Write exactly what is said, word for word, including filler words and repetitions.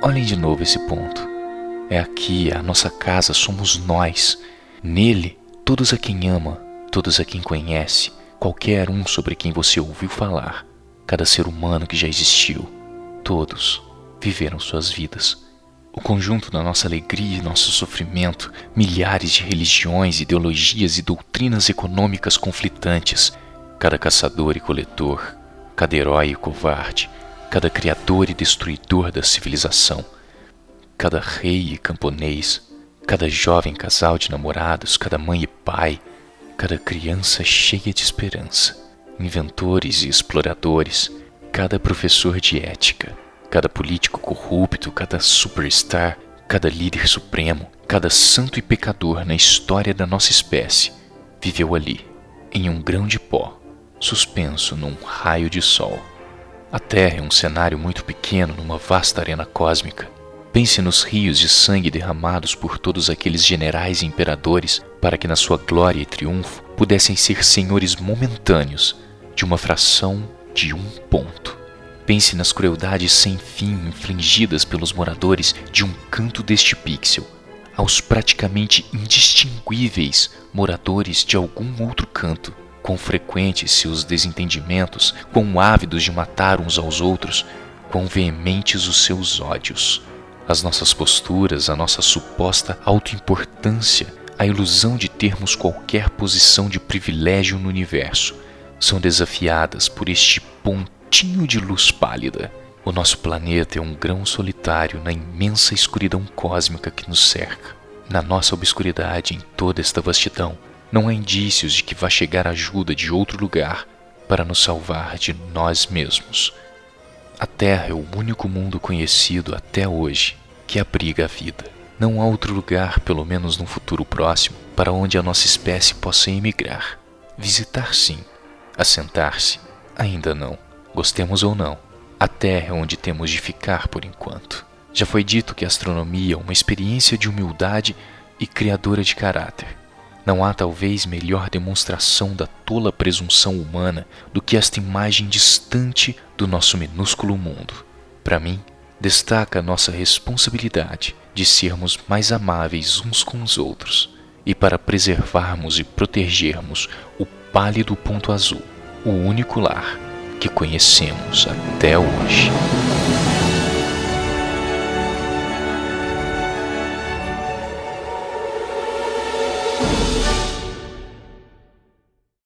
Olhem de novo esse ponto. É aqui, a nossa casa, somos nós. Nele, todos a quem ama, todos a quem conhece, qualquer um sobre quem você ouviu falar, cada ser humano que já existiu, todos viveram suas vidas. O conjunto da nossa alegria e nosso sofrimento, milhares de religiões, ideologias e doutrinas econômicas conflitantes, cada caçador e coletor, cada herói e covarde, cada criador e destruidor da civilização, cada rei e camponês, cada jovem casal de namorados, cada mãe e pai, cada criança cheia de esperança, inventores e exploradores, cada professor de ética, cada político corrupto, cada superstar, cada líder supremo, cada santo e pecador na história da nossa espécie, viveu ali, em um grão de pó, suspenso num raio de sol. A Terra é um cenário muito pequeno numa vasta arena cósmica. Pense nos rios de sangue derramados por todos aqueles generais e imperadores para que na sua glória e triunfo pudessem ser senhores momentâneos de uma fração de um ponto. Pense nas crueldades sem fim infligidas pelos moradores de um canto deste pixel aos praticamente indistinguíveis moradores de algum outro canto. Quão frequentes seus desentendimentos, quão ávidos de matar uns aos outros, quão veementes os seus ódios. As nossas posturas, a nossa suposta autoimportância, a ilusão de termos qualquer posição de privilégio no universo, são desafiadas por este pontinho de luz pálida. O nosso planeta é um grão solitário na imensa escuridão cósmica que nos cerca. Na nossa obscuridade, em toda esta vastidão, não há indícios de que vá chegar ajuda de outro lugar para nos salvar de nós mesmos. A Terra é o único mundo conhecido até hoje que abriga a vida. Não há outro lugar, pelo menos num futuro próximo, para onde a nossa espécie possa emigrar. Visitar sim, assentar-se ainda não, gostemos ou não. A Terra é onde temos de ficar por enquanto. Já foi dito que a astronomia é uma experiência de humildade e criadora de caráter. Não há talvez melhor demonstração da tola presunção humana do que esta imagem distante do nosso minúsculo mundo. Para mim, destaca a nossa responsabilidade de sermos mais amáveis uns com os outros e para preservarmos e protegermos o pálido ponto azul, o único lar que conhecemos até hoje.